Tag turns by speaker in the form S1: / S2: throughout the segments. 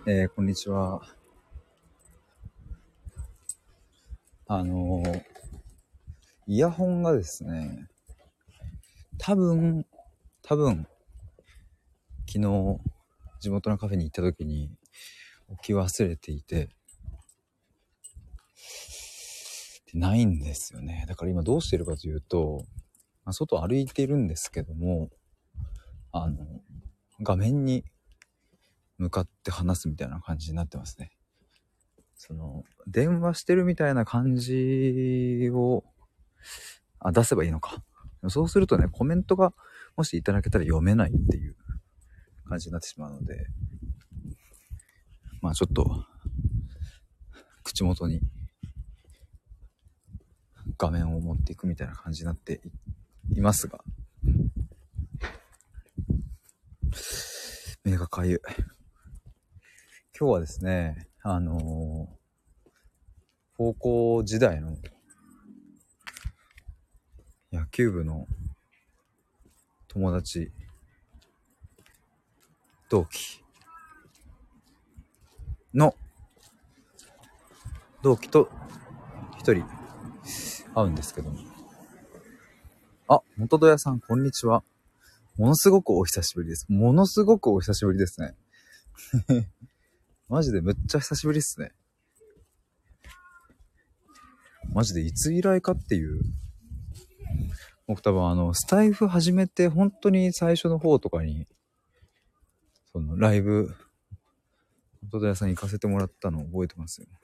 S1: こんにちは。イヤホンがですね、多分、昨日、地元のカフェに行った時に置き忘れていて、ないんですよね。だから今どうしてるかというと、外歩いているんですけども、画面に向かって話すみたいな感じになってますね。電話してるみたいな感じを、出せばいいのか。そうするとね、コメントがもしいただけたら読めないっていう感じになってしまうので、ちょっと口元に画面を持っていくみたいな感じになっていますが、目がかゆい。今日はですね、高校時代の野球部の友達、同期と一人会うんですけども、元戸屋さんこんにちは。ものすごくお久しぶりです。ものすごくお久しぶりですね。マジでめっちゃ久しぶりっすね。マジでいつ以来かっていう。僕多分スタイフ始めて本当に最初の方とかに、ライブ、元戸屋さんに行かせてもらったのを覚えてますよ。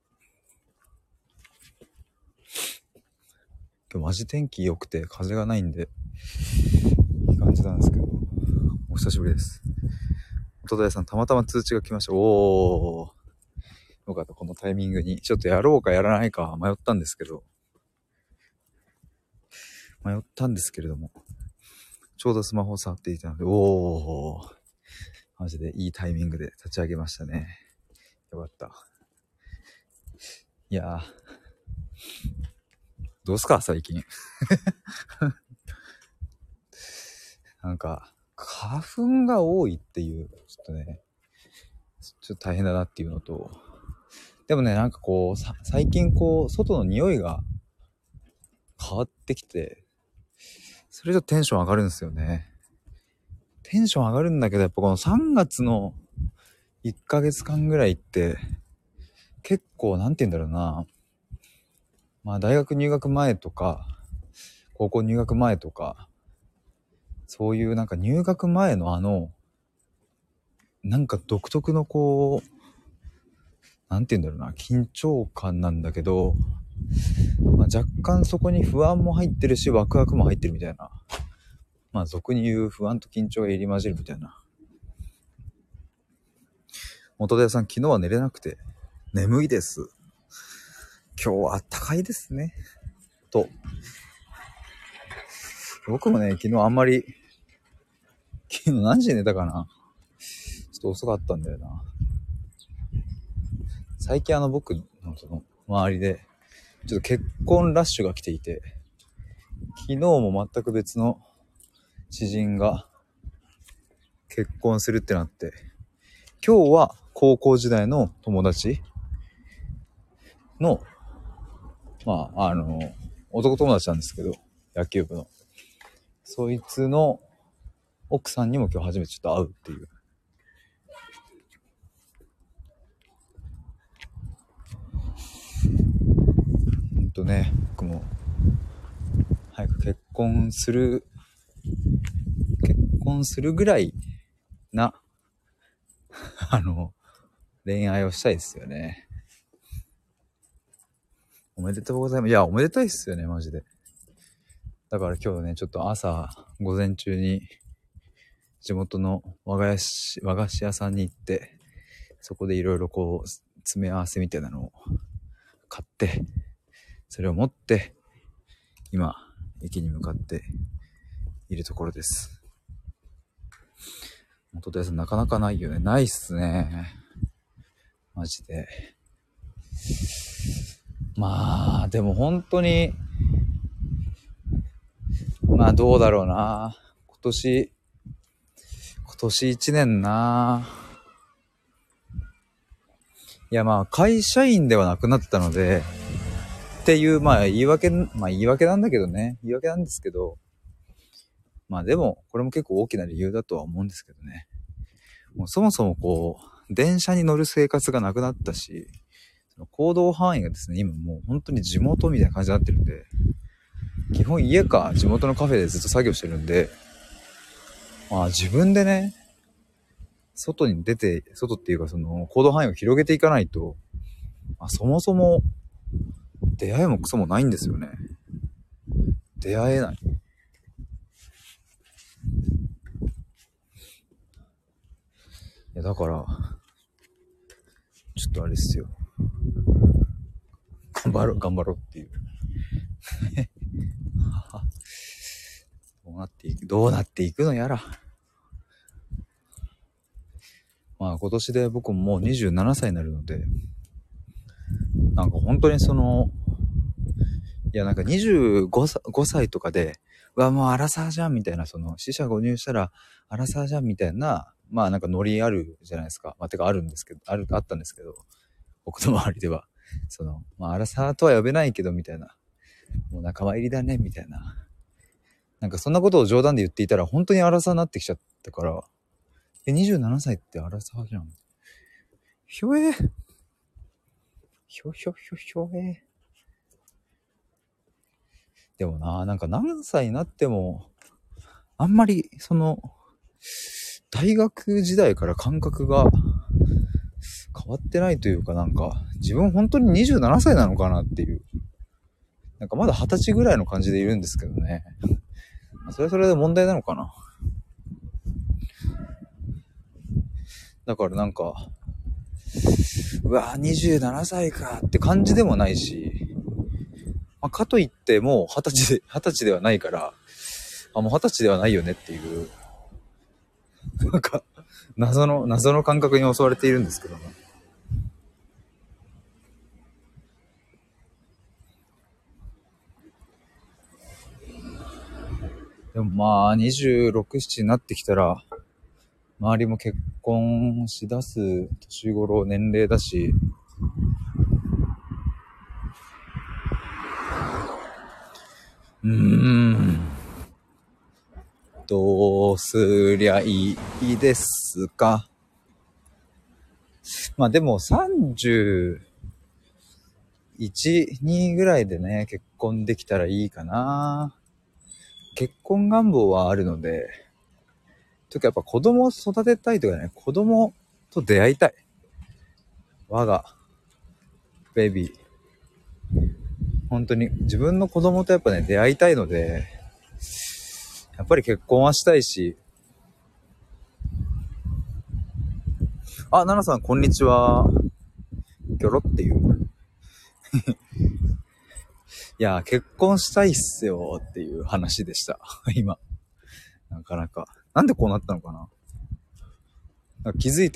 S1: 今日マジ天気良くて風がないんで、いい感じなんですけど、お久しぶりです。元戸屋さんたまたま通知が来ました。おー。よかった、このタイミングに。ちょっとやろうかやらないか迷ったんですけども、ちょうどスマホを触っていたので、おー。マジでいいタイミングで立ち上げましたね。よかった。いやー。どうすか最近。なんか、花粉が多いっていう、ちょっとね、ちょっと大変だなっていうのと、でもね、なんかこう、最近こう、外の匂いが変わってきて、それちょっとテンション上がるんですよね。テンション上がるんだけど、やっぱこの3月の1ヶ月間ぐらいって、結構なんて言うんだろうな、大学入学前とか、高校入学前とか、そういうなんか入学前のなんか独特のこう、なんて言うんだろうな、緊張感なんだけど、若干そこに不安も入ってるし、ワクワクも入ってるみたいな。俗に言う不安と緊張が入り混じるみたいな。元田屋さん、昨日は寝れなくて、眠いです。今日は暖かいですね。と。僕もね、昨日あんまり、昨日何時に寝たかな。ちょっと遅かったんだよな。最近僕の周りで、ちょっと結婚ラッシュが来ていて、昨日も全く別の知人が結婚するってなって、今日は高校時代の友達の、男友達なんですけど、野球部の。そいつの奥さんにも今日初めてちょっと会うっていう。僕も早く結婚するぐらいな、恋愛をしたいですよね。おめでとうございます。いや、おめでたいっすよね、マジで。だから今日ね、ちょっと午前中に、地元の和菓子屋さんに行って、そこでいろいろこう、詰め合わせみたいなのを買って、それを持って、今、駅に向かっているところです。元田さん、なかなかないよね。ないっすね。マジで。でも本当に、どうだろうな。今年1年な。 いやまあ会社員ではなくなったので、っていうまあ言い訳なんだけどね。言い訳なんですけど、まあでもこれも結構大きな理由だとは思うんですけどね。もうそもそもこう、電車に乗る生活がなくなったし、行動範囲がですね、今もう本当に地元みたいな感じになってるんで、基本家か地元のカフェでずっと作業してるんで、まあ自分でね、外に出て、外っていうかその行動範囲を広げていかないと、まあ、そもそも出会いもクソもないんですよね。出会えない。いやだから、ちょっとあれっすよ。頑張ろうっていう。どうなっていくのやら。まあ今年で僕ももう27歳になるので、なんか本当にいやなんか25歳、5歳とかで、うわもうアラサーじゃんみたいな、四捨五入したらアラサーじゃんみたいな、まあなんかノリあるじゃないですか。まあてかあるんですけど、あったんですけど、僕の周りでは。まあアラサーとは呼べないけどみたいな。もう仲間入りだねみたいな。なんかそんなことを冗談で言っていたら本当にアラサーになってきちゃったから、27歳ってアラサーじゃん。ひょえー。ひょひょひょひょえー。でもな、なんか何歳になっても、あんまり大学時代から感覚が変わってないというか、なんか自分本当に27歳なのかなっていう。なんかまだ20歳ぐらいの感じでいるんですけどね。それはそれで問題なのかな。だからなんか、うわぁ、27歳かって感じでもないし、まあ、かといってもう20歳ではないから、もう20歳ではないよねっていう、なんか、謎の感覚に襲われているんですけどね。でもまあ、26、7になってきたら、周りも結婚しだす年頃年齢だし、どうすりゃいいですか。まあでも31、2ぐらいでね、結婚できたらいいかな。結婚願望はあるので、というかやっぱ子供を育てたいとかね、子供と出会いたい。我がベビー。本当に自分の子供とやっぱね、出会いたいので、やっぱり結婚はしたいし、あ、ナナさんこんにちは。ギョロっていう。いや、結婚したいっすよっていう話でした。今。なかなか。なんでこうなったのかな。なんか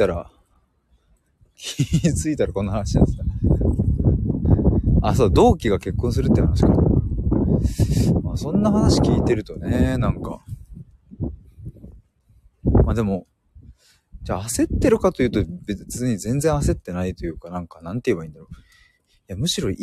S1: 気づいたらこんな話なんですね。あ、そう、同期が結婚するって話か。まあ、そんな話聞いてるとね、なんか。まあでも、じゃあ焦ってるかというと別に全然焦ってないというか、なんか、なんて言えばいいんだろう。いや、むしろ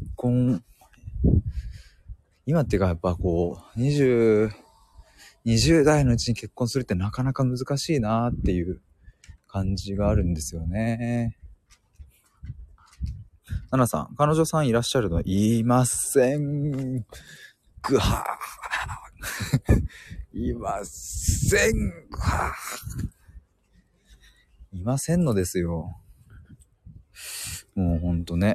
S1: 今っていうかやっぱこう、20代のうちに結婚するってなかなか難しいなっていう感じがあるんですよね。ナナさん、彼女さんいらっしゃるのいません。ぐはー。いません。ぐはー。いませんのですよ。もうほんとね。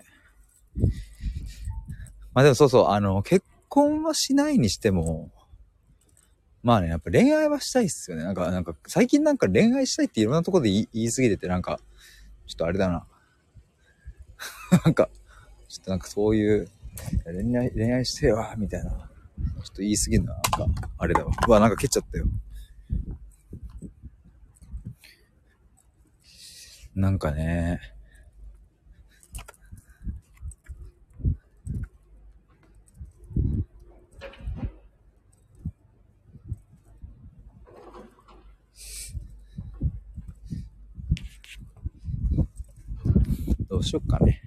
S1: まあでもそうそう、結婚はしないにしても、まあね、やっぱ恋愛はしたいっすよね。なんか、最近なんか恋愛したいっていろんなところで言い過ぎてて、なんか、ちょっとあれだな。なんか、ちょっとなんかそういう、恋愛してよ、みたいな。ちょっと言い過ぎるな。なんか、あれだわ。うわ、なんか蹴っちゃったよ。なんかね、 どうしよっかね。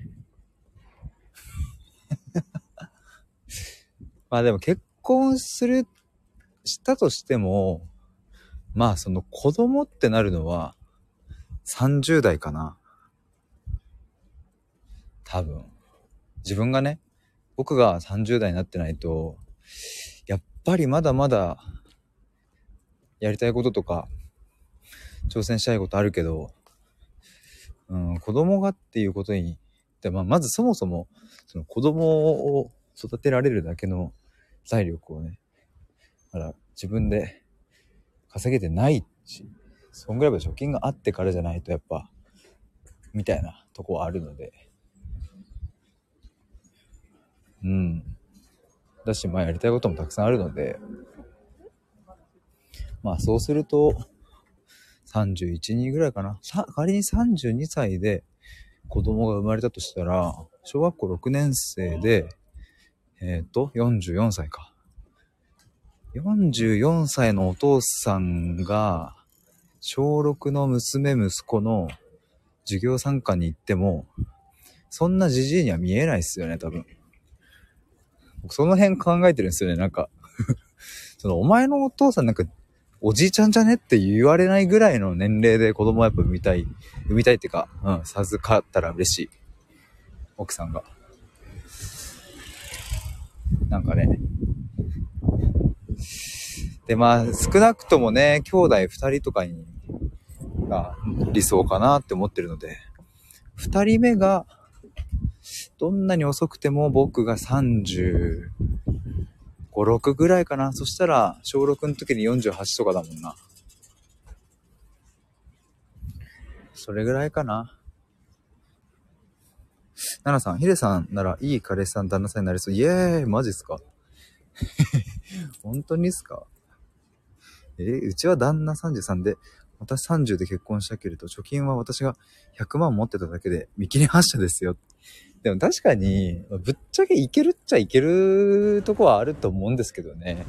S1: まあでも結婚したとしても、まあその子供ってなるのは30代かな。多分。自分がね、僕が30代になってないと、やっぱりまだまだやりたいこととか、挑戦したいことあるけど、子供がっていうことに、まずそもそも、その子供を育てられるだけの財力をね、まだ自分で稼げてないし、そんぐらいまで貯金があってからじゃないとやっぱ、みたいなとこはあるので、だし、まあやりたいこともたくさんあるので、まあそうすると、31、2ぐらいかな。仮に32歳で子供が生まれたとしたら、小学校6年生で、44歳か。44歳のお父さんが、小6の娘息子の授業参観に行っても、そんなじじいには見えないっすよね、多分。僕その辺考えてるんですよね、なんか。お前のお父さんなんか、おじいちゃんじゃねって言われないぐらいの年齢で子供はやっぱ産みたいっていうか、授かったら嬉しい。奥さんが。なんかね。で、まあ、少なくともね、兄弟2人とかが理想かなって思ってるので、2人目が、どんなに遅くても僕が35、6ぐらいかな。そしたら、小6の時に48とかだもんな。それぐらいかな。奈々さん、ヒデさんならいい彼氏さん、旦那さんになりそう。イエーイ、マジっすか？本当にっすか？うちは旦那33で、私30で結婚したけれど、貯金は私が100万持ってただけで、見切り発車ですよ。でも確かに、ぶっちゃけいけるっちゃいけるとこはあると思うんですけどね。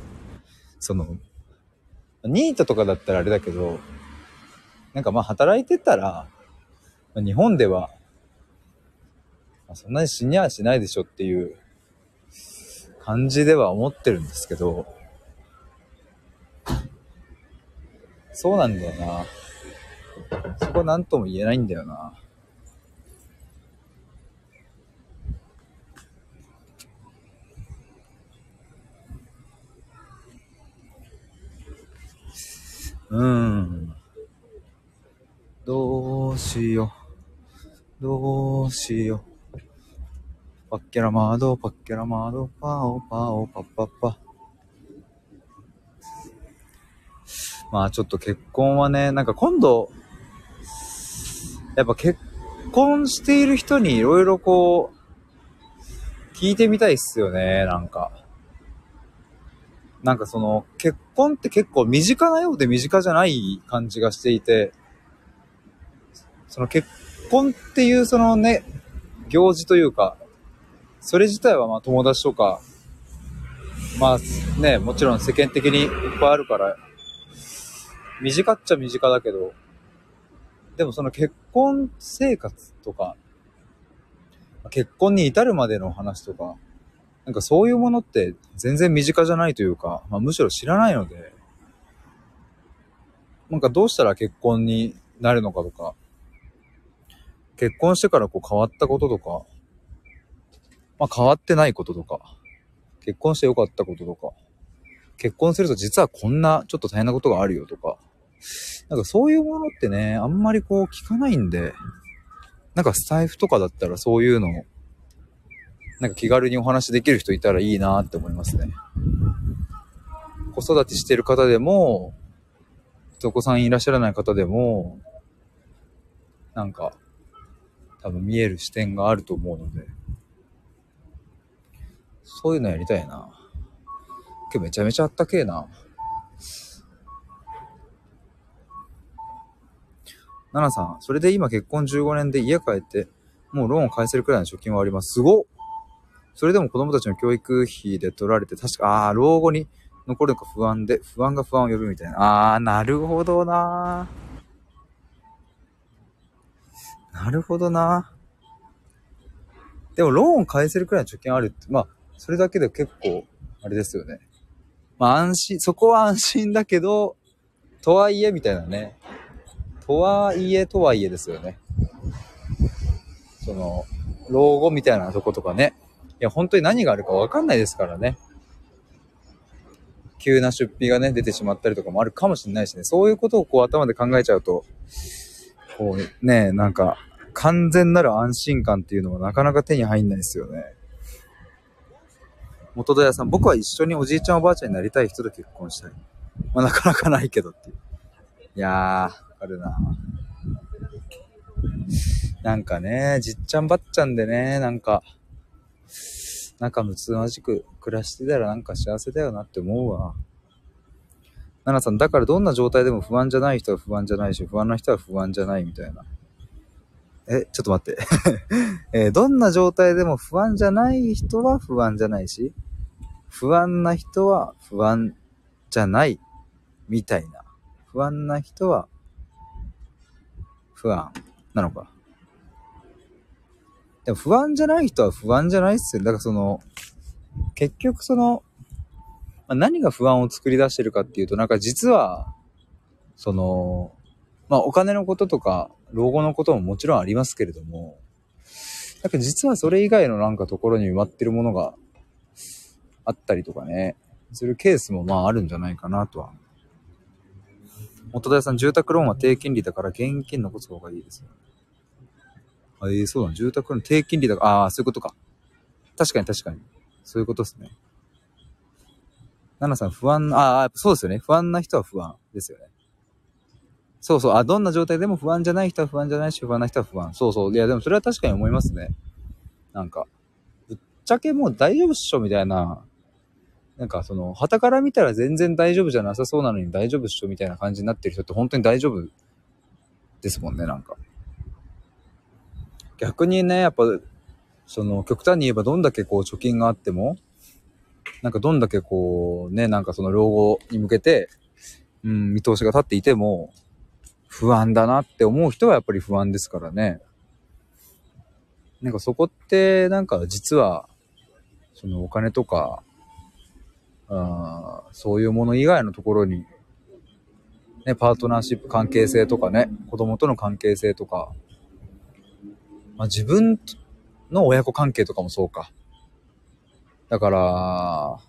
S1: ニートとかだったらあれだけど、なんかまあ働いてたら、日本では、そんなに死にはしないでしょっていう感じでは思ってるんですけど、そうなんだよな。そこは何とも言えないんだよな。どうしよう。どうしよう。パッケラマード、パッケラマード、パオパオパッパッパ。まあちょっと結婚はね、なんか今度、やっぱ結婚している人にいろいろこう、聞いてみたいっすよね、なんか。なんか結婚って結構身近なようで身近じゃない感じがしていて、結婚っていう行事というか、それ自体はまあ友達とか、まあね、もちろん世間的にいっぱいあるから、短っちゃ短だけど、でも結婚生活とか、結婚に至るまでの話とか、なんかそういうものって全然身近じゃないというか、まあ、むしろ知らないので、なんかどうしたら結婚になるのかとか、結婚してからこう変わったこととか、まあ変わってないこととか、結婚して良かったこととか、結婚すると実はこんなちょっと大変なことがあるよとか、なんかそういうものってね、あんまりこう聞かないんで、なんかスタイフとかだったらそういうのを、なんか気軽にお話できる人いたらいいなって思いますね。子育てしてる方でも、お子さんいらっしゃらない方でも、なんか多分見える視点があると思うので、そういうのやりたいな。今日めちゃめちゃあったけえな。ナナさん、それで今結婚15年で家帰って、もうローンを返せるくらいの貯金はあります。すごっ。それでも子供たちの教育費で取られて、確か、老後に残るのか不安で、不安が不安を呼ぶみたいな。なるほどな。なるほどな。 でもローン返せるくらいの貯金あるって、まあ、それだけで結構、あれですよね。まあ安心、そこは安心だけど、とはいえみたいなね。とはいえですよね。その、老後みたいなとことかね。いや、本当に何があるか分かんないですからね。急な出費がね、出てしまったりとかもあるかもしれないしね。そういうことをこう頭で考えちゃうと、こうね、なんか、完全なる安心感っていうのはなかなか手に入んないですよね。元戸屋さん、僕は一緒におじいちゃんおばあちゃんになりたい人と結婚したい。まあなかなかないけどっていう。いやー、わかるな。なんかね、じっちゃんばっちゃんでね、なんか、仲睦まじく暮らしてたらなんか幸せだよなって思うわ。ナナさん、だからどんな状態でも不安じゃない人は不安じゃないし、不安な人は不安じゃないみたいな。ちょっと待って。どんな状態でも不安じゃない人は不安じゃないし、不安な人は不安じゃないみたいな。不安な人は不安なのか。でも不安じゃない人は不安じゃないっすよ。だからその、結局その、何が不安を作り出してるかっていうと、なんか実は、その、お金のこととか、老後のことももちろんありますけれども、なんか実はそれ以外のなんかところに埋まってるものがあったりとかね、するケースもまああるんじゃないかなとは。元田屋さん、住宅ローンは低金利だから現金残す方がいいですよ。そうだ、住宅ローン低金利だから、そういうことか。確かに。そういうことですね。ナナさん、不安、そうですよね。不安な人は不安ですよね。そうそう。どんな状態でも不安じゃない人は不安じゃないし、不安な人は不安。そうそう。いや、でもそれは確かに思いますね。なんか、ぶっちゃけもう大丈夫っしょみたいな、なんかその、傍から見たら全然大丈夫じゃなさそうなのに大丈夫っしょみたいな感じになってる人って本当に大丈夫ですもんね、なんか。逆にね、やっぱ、その、極端に言えばどんだけこう貯金があっても、なんかどんだけこう、ね、なんかその老後に向けて、見通しが立っていても、不安だなって思う人はやっぱり不安ですからね。なんかそこってなんか実はそのお金とかそういうもの以外のところにね、パートナーシップ関係性とかね、子供との関係性とか、自分の親子関係とかもそうか。だから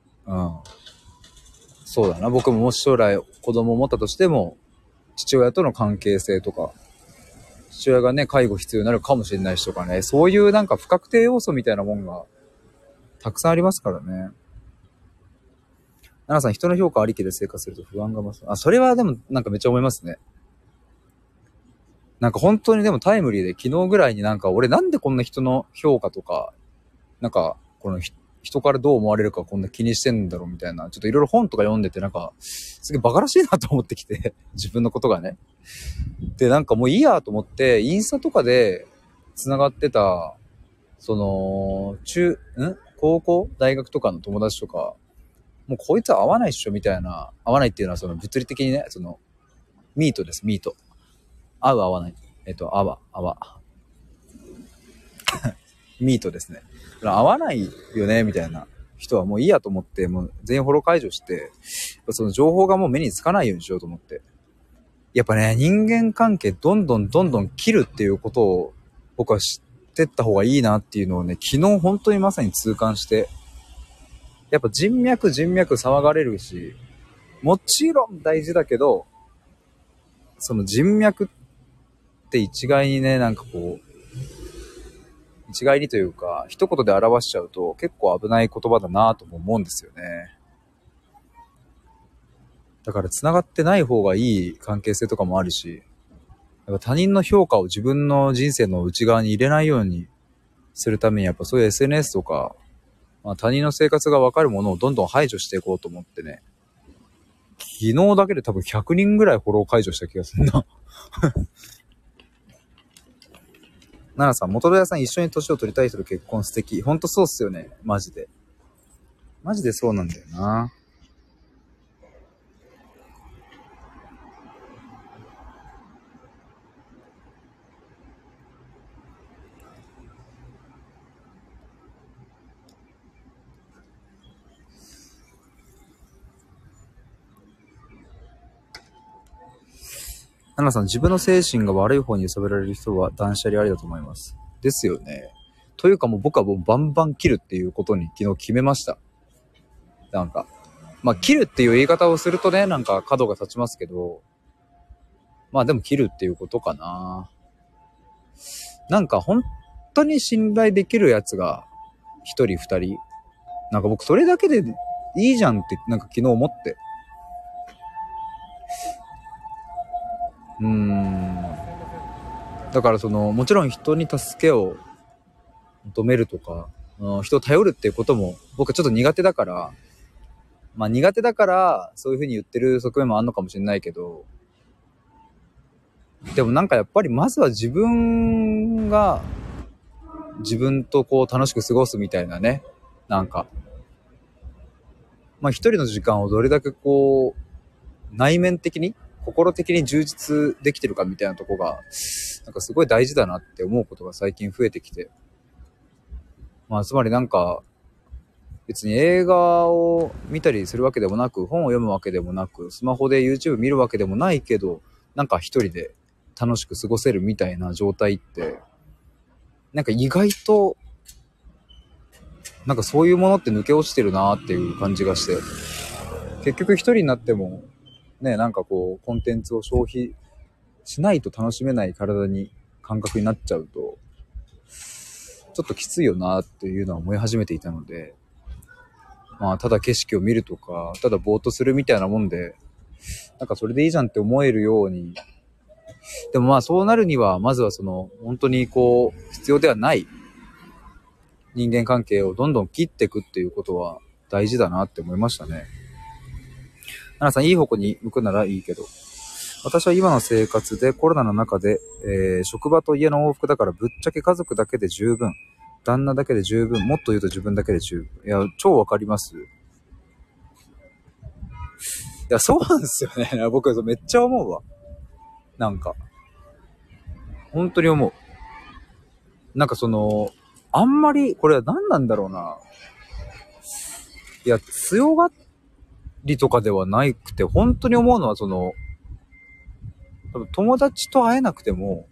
S1: そうだな、僕ももし将来子供を持ったとしても父親との関係性とか、父親がね介護必要になるかもしれないしとかね、そういうなんか不確定要素みたいなもんがたくさんありますからね。奈々さん、人の評価ありきで生活すると不安が増す。それはでもなんかめっちゃ思いますね。なんか本当にでもタイムリーで昨日ぐらいになんか俺なんでこんな人の評価とか、なんかこの人からどう思われるかこんな気にしてんだろうみたいな、ちょっといろいろ本とか読んでてなんかすげえバカらしいなと思ってきて自分のことがね。でなんかもういいやと思ってインスタとかで繋がってたその高校大学とかの友達とか、もうこいつは合わないっしょみたいな、合わないっていうのはその物理的にね、そのミートです、ミート。合う合わない。ミートですね。合わないよねみたいな人はもういいやと思って、もう全員フォロー解除して、その情報がもう目につかないようにしようと思って。やっぱね、人間関係どんどん切るっていうことを僕は知ってった方がいいなっていうのをね、昨日本当にまさに痛感して、やっぱ人脈騒がれるし、もちろん大事だけど、その人脈って一概にね、なんかこう、一概にというか、一言で表しちゃうと結構危ない言葉だなとも思うんですよね。だから繋がってない方がいい関係性とかもあるし、やっぱ他人の評価を自分の人生の内側に入れないようにするために、やっぱそういう SNS とか、他人の生活がわかるものをどんどん排除していこうと思ってね、昨日だけで多分100人ぐらいフォロー解除した気がするな。奈々さん、元戸屋さん一緒に年を取りたい人と結婚素敵。ほんとそうっすよね。マジで。マジでそうなんだよな。 ナナさん、自分の精神が悪い方に揺さぶられる人は断捨離ありだと思います。ですよね。というかもう僕はもうバンバン切るっていうことに昨日決めました。なんか、まあ切るっていう言い方をするとね、なんか角が立ちますけど、まあでも切るっていうことかな。なんか本当に信頼できるやつが一人二人。なんか僕それだけでいいじゃんってなんか昨日思って。だからもちろん人に助けを求めるとか、人を頼るっていうことも僕はちょっと苦手だから、まあ苦手だからそういう風に言ってる側面もあるのかもしれないけど、でもなんかやっぱりまずは自分が自分とこう楽しく過ごすみたいなね、なんか、まあ一人の時間をどれだけこう内面的に心的に充実できてるかみたいなとこがなんかすごい大事だなって思うことが最近増えてきて、まあつまりなんか別に映画を見たりするわけでもなく、本を読むわけでもなく、スマホで YouTube 見るわけでもないけど、なんか一人で楽しく過ごせるみたいな状態って、なんか意外と、なんかそういうものって抜け落ちてるなっていう感じがして、結局一人になっても、ね、なんかこう、コンテンツを消費しないと楽しめない体に、感覚になっちゃうと、ちょっときついよなっていうのは思い始めていたので、まあ、ただ景色を見るとか、ただぼーっとするみたいなもんで、なんかそれでいいじゃんって思えるように。でもまあそうなるには、まずは本当にこう、必要ではない人間関係をどんどん切っていくっていうことは大事だなって思いましたね。ナナさん、いい方向に向くならいいけど。私は今の生活でコロナの中で、職場と家の往復だからぶっちゃけ家族だけで十分。旦那だけで十分。もっと言うと自分だけで十分。いや、超わかります。いや、そうなんですよね。僕めっちゃ思うわ。なんか、本当に思う。なんかあんまり、これは何なんだろうな。いや、強がりとかではなくて、本当に思うのは多分友達と会えなくても、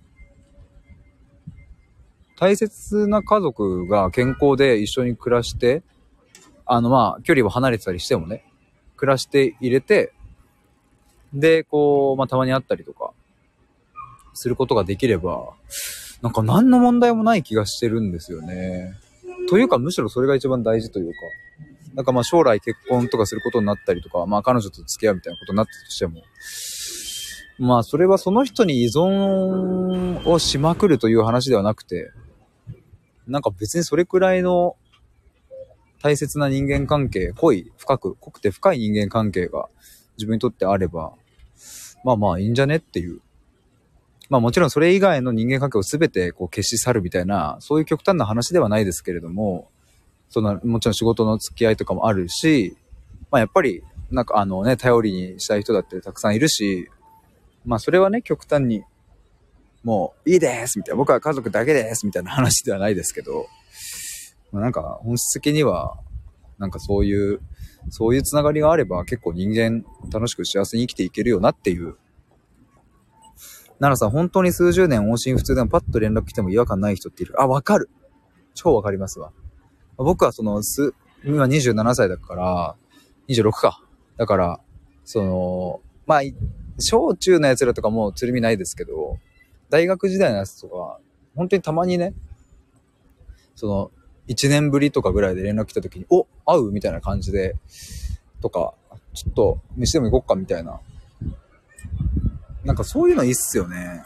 S1: 大切な家族が健康で一緒に暮らして、まあ、距離を離れてたりしてもね、暮らして入れて、で、こう、まあ、たまに会ったりとか、することができれば、なんか何の問題もない気がしてるんですよね。というか、むしろそれが一番大事というか、なんかまあ将来結婚とかすることになったりとか、まあ彼女と付き合うみたいなことになったとしても、まあそれはその人に依存をしまくるという話ではなくて、なんか別にそれくらいの大切な人間関係、濃くて深い人間関係が自分にとってあれば、まあまあいいんじゃねっていう。まあもちろんそれ以外の人間関係を全てこう消し去るみたいな、そういう極端な話ではないですけれども、もちろん仕事の付き合いとかもあるし、まあやっぱり、なんか頼りにしたい人だってたくさんいるし、まあそれはね、極端に、もういいですみたいな、僕は家族だけですみたいな話ではないですけど、まあ、なんか本質的には、なんかそういうつながりがあれば結構人間楽しく幸せに生きていけるよなっていう。奈々さん、本当に数十年音信不通でもパッと連絡来ても違和感ない人っている。あ、わかる。超わかりますわ。僕は今27歳だから、26か。だから、まあ、小中の奴らとかもつるみないですけど、大学時代のやつとか、本当にたまにね、1年ぶりとかぐらいで連絡来た時に、お、会うみたいな感じで、とか、ちょっと飯でも行こっかみたいな。なんかそういうのいいっすよね。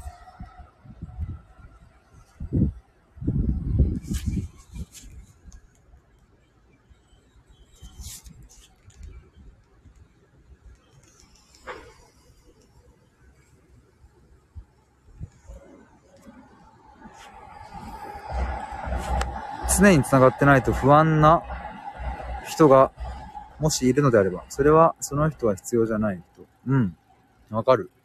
S1: 常に繋がってないと不安な人がもしいるのであれば、その人は必要じゃない人。うん。わかる。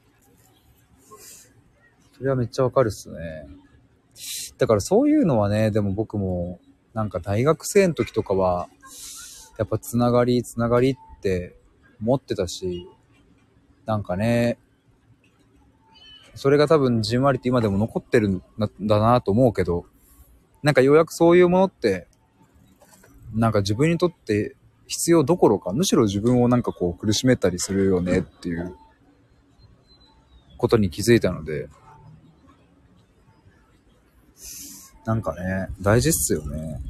S1: それはめっちゃわかるっすね。だからそういうのはね、でも僕も、なんか大学生の時とかは、やっぱつながりって思ってたし、なんかね、 それが多分じんわりって今でも残ってるんだなと思うけど、なんかようやくそういうものって、なんか自分にとって必要どころか、むしろ自分をなんかこう苦しめたりするよねっていうことに気づいたので、なんかね、大事っすよね。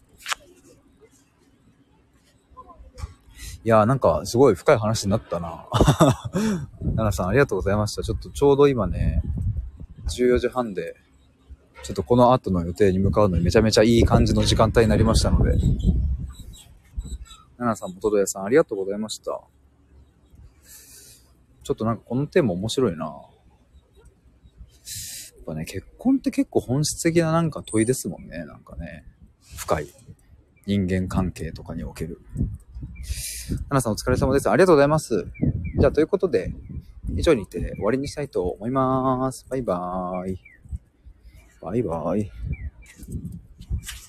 S1: いやーなんかすごい深い話になったな。奈々さんありがとうございました。ちょっとちょうど今ね、14時半で、ちょっとこの後の予定に向かうのにめちゃめちゃいい感じの時間帯になりましたので、奈々さんもとどやさんありがとうございました。ちょっとなんかこのテーマ面白いな。やっぱね、結婚って結構本質的ななんか問いですもんね。なんかね、深い人間関係とかにおける。奈々さんお疲れ様です。ありがとうございます。じゃあということで、以上にて終わりにしたいと思います。バイバーイ。バイバイ。